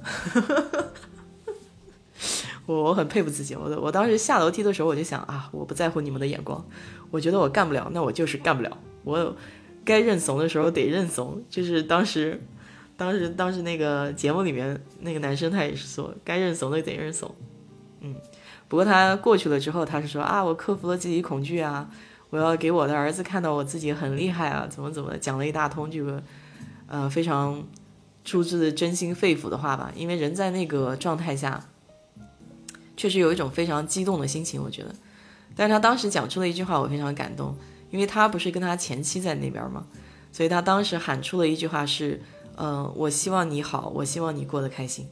我很佩服自己，我当时下楼梯的时候我就想啊，我不在乎你们的眼光，我觉得我干不了，那我就是干不了，我该认怂的时候得认怂。就是当时那个节目里面那个男生他也是说，该认怂的得认怂。不过他过去了之后，他是说啊，我克服了自己恐惧啊，我要给我的儿子看到我自己很厉害啊，怎么讲了一大通这个非常出自真心肺腑的话吧。因为人在那个状态下确实有一种非常激动的心情，我觉得。但是他当时讲出了一句话，我非常感动，因为他不是跟他前妻在那边吗？所以他当时喊出了一句话是，我希望你好，我希望你过得开心。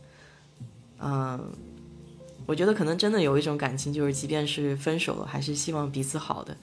我觉得可能真的有一种感情，就是即便是分手了，还是希望彼此好的，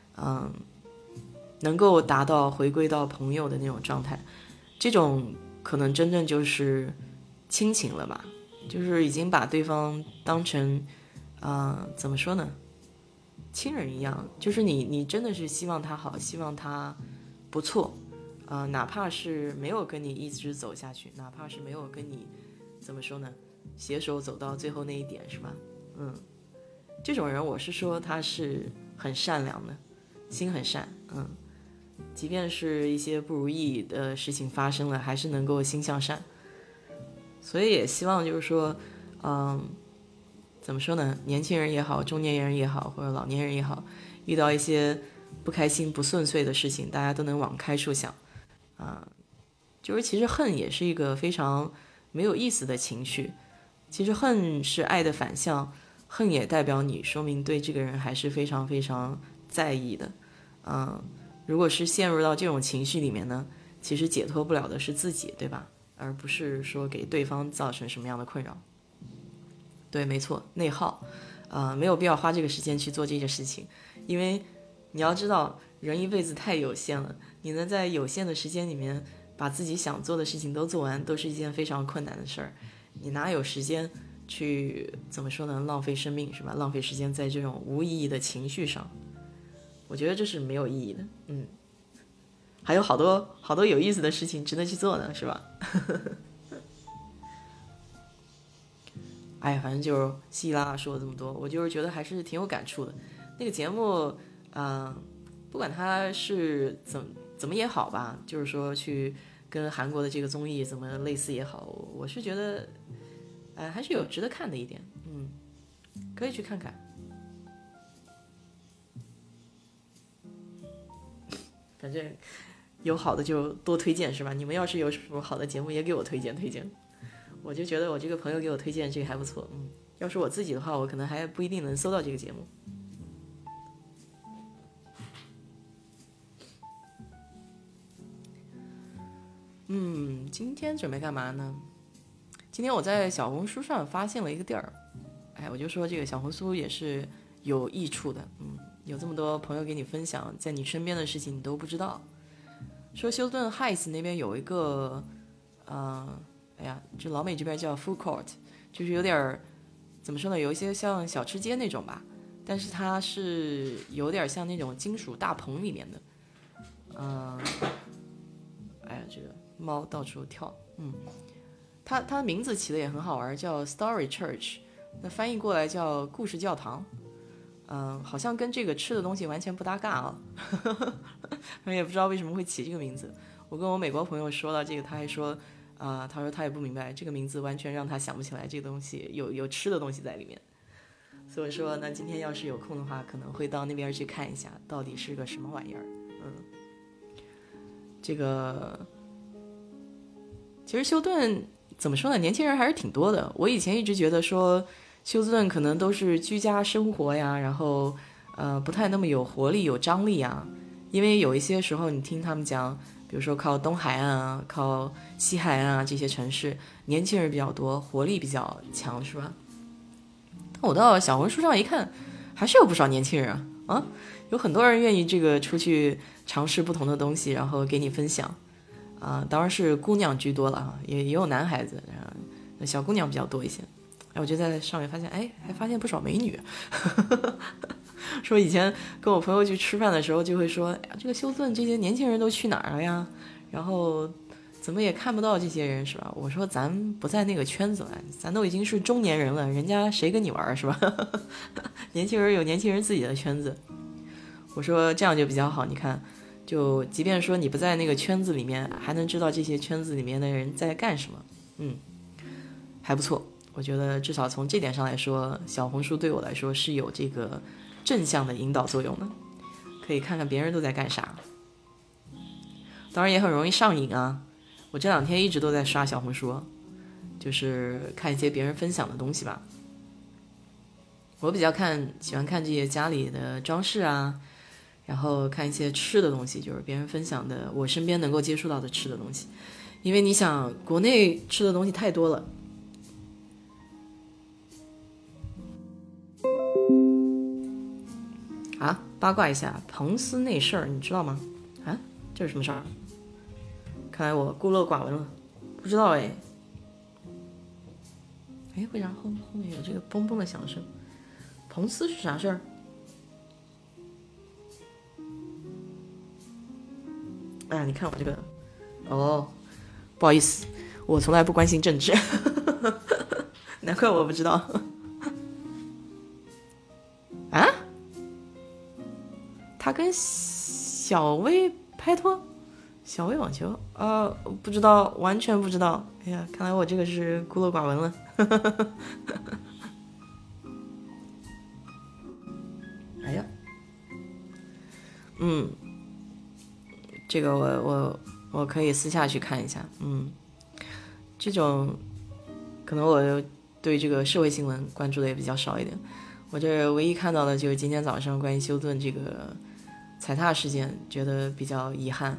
能够达到回归到朋友的那种状态，这种可能真正就是亲情了吧。就是已经把对方当成怎么说呢，亲人一样。就是你真的是希望他好，希望他不错，哪怕是没有跟你一直走下去，哪怕是没有跟你怎么说呢，携手走到最后那一点，是吧？这种人我是说他是很善良的，心很善。即便是一些不如意的事情发生了，还是能够心向善。所以也希望就是说，怎么说呢？年轻人也好，中年人也好，或者老年人也好，遇到一些不开心、不顺遂的事情，大家都能往开处想。就是其实恨也是一个非常没有意思的情绪。其实恨是爱的反向，恨也代表你说明对这个人还是非常非常在意的。如果是陷入到这种情绪里面呢，其实解脱不了的是自己，对吧？而不是说给对方造成什么样的困扰。对，没错，内耗，没有必要花这个时间去做这件事情，因为你要知道，人一辈子太有限了，你能在有限的时间里面把自己想做的事情都做完，都是一件非常困难的事儿。你哪有时间去怎么说呢？浪费生命是吧？浪费时间在这种无意义的情绪上，我觉得这是没有意义的。还有好多好多有意思的事情值得去做呢，是吧？哎，反正就是稀里拉拉说了这么多，我就是觉得还是挺有感触的。那个节目，不管它是怎么也好吧，就是说去跟韩国的这个综艺怎么类似也好，我是觉得，还是有值得看的一点，可以去看看。反正有好的就多推荐是吧？你们要是有什么好的节目，也给我推荐推荐。我就觉得我这个朋友给我推荐这个还不错，要是我自己的话，我可能还不一定能搜到这个节目。今天准备干嘛呢？今天我在小红书上发现了一个地儿，我就说这个小红书也是有益处的，有这么多朋友给你分享在你身边的事情你都不知道。说休斯顿 Heights 那边有一个，就老美这边叫 food court， 就是有点怎么说呢，有一些像小吃街那种吧，但是它是有点像那种金属大棚里面的，这个猫到处跳，它的名字起的也很好玩，叫 Story Church， 那翻译过来叫故事教堂，好像跟这个吃的东西完全不搭嘎啊，也不知道为什么会起这个名字。 我跟我美国朋友说到这个，他还说他说他也不明白这个名字，完全让他想不起来这个东西有吃的东西在里面。所以我说那今天要是有空的话，可能会到那边去看一下到底是个什么玩意儿。这个其实休顿怎么说呢，年轻人还是挺多的。我以前一直觉得说休斯顿可能都是居家生活呀，然后不太那么有活力有张力啊，因为有一些时候你听他们讲，比如说靠东海岸啊，靠西海岸啊这些城市，年轻人比较多，活力比较强，是吧？但我到小红书上一看，还是有不少年轻人啊，有很多人愿意这个出去尝试不同的东西，然后给你分享当然是姑娘居多了也有男孩子，小姑娘比较多一些。我就在上面发现，还发现不少美女。说以前跟我朋友去吃饭的时候，就会说，哎呀，这个休斯顿这些年轻人都去哪儿了呀？然后怎么也看不到这些人，是吧？我说咱不在那个圈子了，咱都已经是中年人了，人家谁跟你玩，是吧？年轻人有年轻人自己的圈子。我说这样就比较好，你看，就即便说你不在那个圈子里面，还能知道这些圈子里面的人在干什么，还不错。我觉得至少从这点上来说，小红书对我来说是有这个正向的引导作用的，可以看看别人都在干啥。当然也很容易上瘾啊，我这2天一直都在刷小红书，就是看一些别人分享的东西吧。我比较喜欢看这些家里的装饰啊，然后看一些吃的东西，就是别人分享的我身边能够接触到的吃的东西。因为你想国内吃的东西太多了。八卦一下彭斯那事儿，你知道吗？这是什么事儿？看来我孤陋寡闻了，不知道为啥后面有这个嘣嘣的响声？彭斯是啥事儿？你看我这个，不好意思，我从来不关心政治，难怪我不知道。他跟小薇拍拖，小薇网球不知道，完全不知道。哎呀，看来我这个是孤陋寡闻了。哎呀，这个我可以私下去看一下。这种可能我对这个社会新闻关注的也比较少一点。我这唯一看到的就是今天早上关于休顿这个踩踏事件，觉得比较遗憾。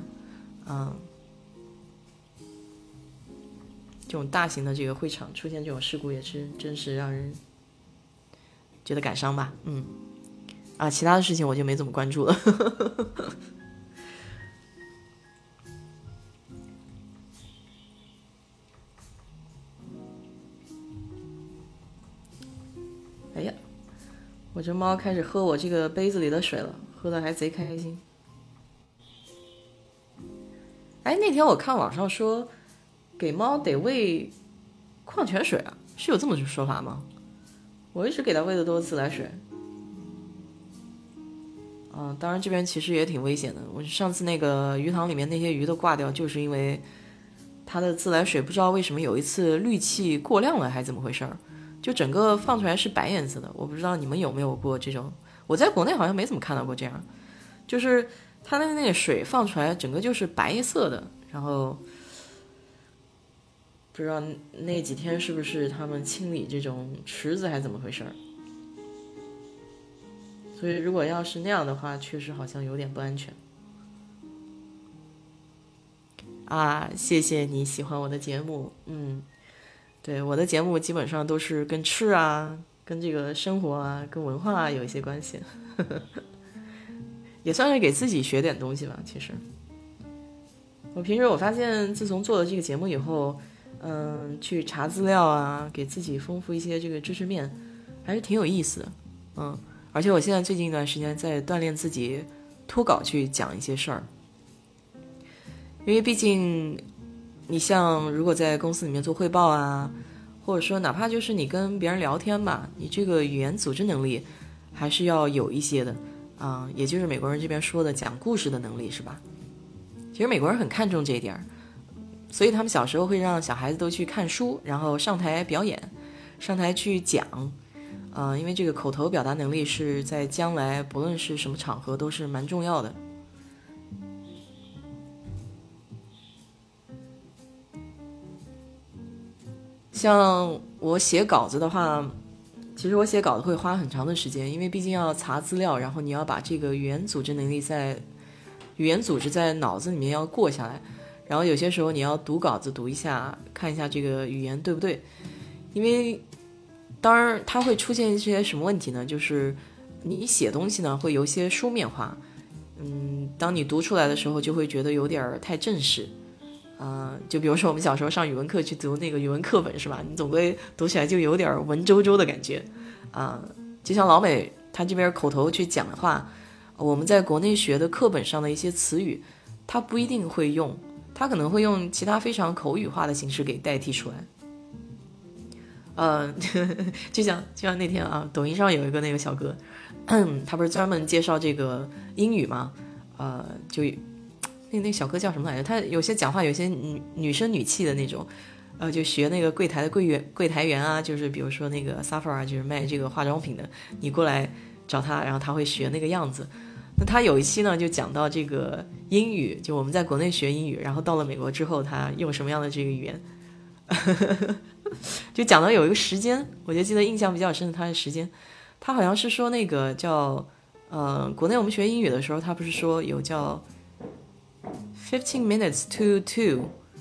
这种大型的这个会场出现这种事故，也是真是让人觉得感伤吧。其他的事情我就没怎么关注了。哎呀，我这猫开始喝我这个杯子里的水了，喝的还贼开心。那天我看网上说给猫得喂矿泉水是有这么说法吗？我一直给它喂的都是自来水。当然这边其实也挺危险的，我上次那个鱼塘里面那些鱼都挂掉，就是因为它的自来水不知道为什么有一次氯气过量了还是怎么回事，就整个放出来是白颜色的。我不知道你们有没有过这种，我在国内好像没怎么看到过这样，就是它的那个水放出来整个就是白色的，然后不知道那几天是不是他们清理这种池子还是怎么回事。所以如果要是那样的话，确实好像有点不安全。谢谢你喜欢我的节目。对，我的节目基本上都是跟吃跟这个生活跟文化有一些关系。也算是给自己学点东西吧。其实我平时我发现自从做了这个节目以后，去查资料给自己丰富一些这个知识面，还是挺有意思的。而且我现在最近一段时间在锻炼自己脱稿去讲一些事儿，因为毕竟你像如果在公司里面做汇报或者说哪怕就是你跟别人聊天吧，你这个语言组织能力还是要有一些的也就是美国人这边说的讲故事的能力，是吧？ 其实美国人很看重这一点，所以他们小时候会让小孩子都去看书，然后上台表演，上台去讲。因为这个口头表达能力是在将来不论是什么场合都是蛮重要的。像我写稿子的话，其实我写稿子会花很长的时间，因为毕竟要查资料，然后你要把这个语言组织能力语言组织在脑子里面要过下来，然后有些时候你要读稿子读一下，看一下这个语言对不对。因为当然它会出现一些什么问题呢，就是你写东西呢会有一些书面化，当你读出来的时候就会觉得有点太正式。就比如说我们小时候上语文课去读那个语文课本是吧，你总归读起来就有点文绉绉的感觉。就像老美他这边口头去讲的话，我们在国内学的课本上的一些词语他不一定会用，他可能会用其他非常口语化的形式给代替出来。就像那天抖音上有一个那个小哥，他不是专门介绍这个英语吗？就那小哥叫什么来着？他有些讲话有些女声女气的那种，就学那个柜台的柜台员啊，就是比如说那个 Sephora 就是卖这个化妆品的，你过来找他，然后他会学那个样子。那他有一期呢就讲到这个英语，就我们在国内学英语，然后到了美国之后他用什么样的这个语言。就讲到有一个时间，我就记得印象比较深的他的时间，他好像是说那个叫国内我们学英语的时候，他不是说有叫15 minutes to 2，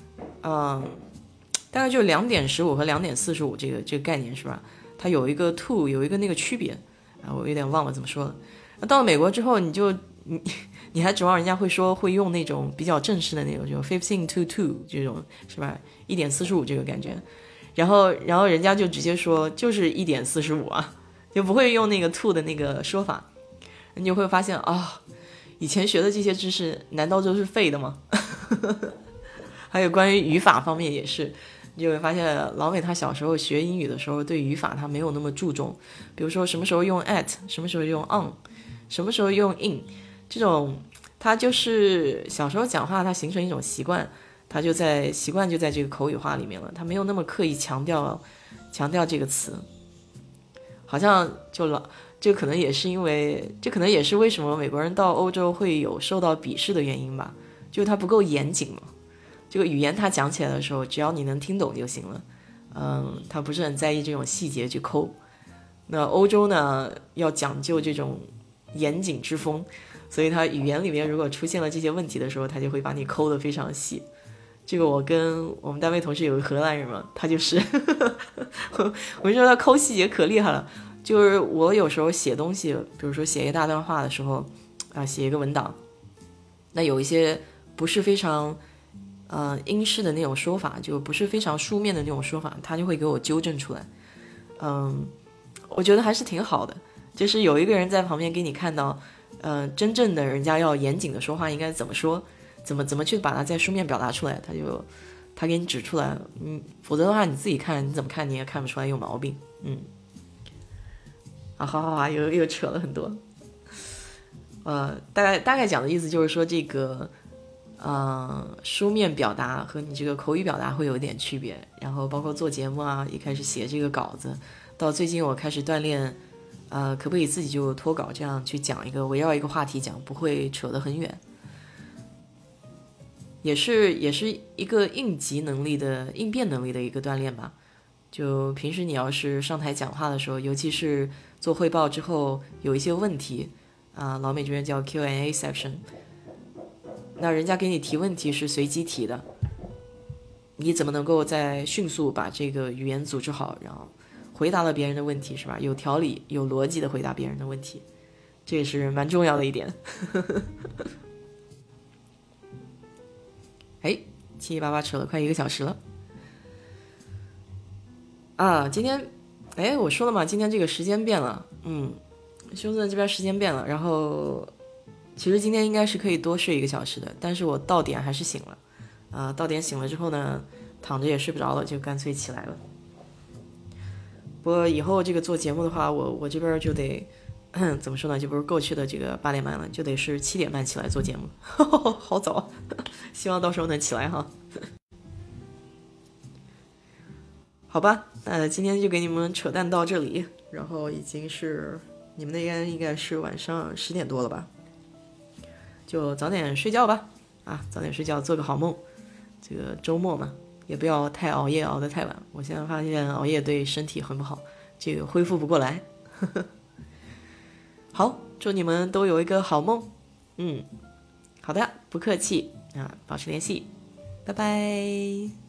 大概就2:15和2:45这个概念是吧？它有一个 to 有一个那个区别我有点忘了怎么说了。那到了美国之后，你还指望人家会用那种比较正式的那种，就15 to 2这种是吧？1:45这个感觉，然后人家就直接说就是1:45就不会用那个 to 的那个说法，你就会发现以前学的这些知识难道都是废的吗？还有关于语法方面也是，你就会发现老美他小时候学英语的时候对语法他没有那么注重，比如说什么时候用 at， 什么时候用 on， 什么时候用 in， 这种他就是小时候讲话他形成一种习惯，他习惯就在这个口语化里面了，他没有那么刻意强调这个词，好像这可能也是为什么美国人到欧洲会有受到鄙视的原因吧，就是他不够严谨嘛。这个语言他讲起来的时候，只要你能听懂就行了。他不是很在意这种细节去抠。那欧洲呢，要讲究这种严谨之风，所以他语言里面如果出现了这些问题的时候，他就会把你抠得非常细。这个我跟我们单位同事有个荷兰人嘛，他就是我就说他抠细节可厉害了。就是我有时候写东西，比如说写一大段话的时候写一个文档，那有一些不是非常英式的那种说法，就不是非常书面的那种说法，他就会给我纠正出来。我觉得还是挺好的，就是有一个人在旁边给你看到真正的人家要严谨的说话应该怎么说，怎么去把它在书面表达出来，他给你指出来，否则的话你自己看，你怎么看你也看不出来有毛病。好，又扯了很多。大概讲的意思就是说，这个书面表达和你这个口语表达会有一点区别。然后包括做节目一开始写这个稿子，到最近我开始锻炼，可不可以自己就脱稿，这样去讲围绕一个话题讲，不会扯得很远。也是一个应变能力的一个锻炼吧。就平时你要是上台讲话的时候，尤其是做汇报之后有一些问题老美这边叫 Q&A section， 那人家给你提问题是随机提的，你怎么能够再迅速把这个语言组织好，然后回答了别人的问题是吧？有条理有逻辑的回答别人的问题，这也是蛮重要的一点。七七八八扯了快1个小时了今天我说了嘛，今天这个时间变了，休斯顿这边时间变了，然后其实今天应该是可以多睡1个小时的，但是我到点还是醒了到点醒了之后呢，躺着也睡不着了，就干脆起来了。不过以后这个做节目的话，我这边就得怎么说呢，就不是过去的这个8点半了，就得是7点半起来做节目，好早，希望到时候能起来哈。好吧，那今天就给你们扯淡到这里，然后已经是你们那边应该是晚上10点多了吧，就早点睡觉吧，早点睡觉，做个好梦。这个周末嘛，也不要太熬夜，熬得太晚。我现在发现熬夜对身体很不好，这个恢复不过来。好，祝你们都有一个好梦。好的，不客气保持联系，拜拜。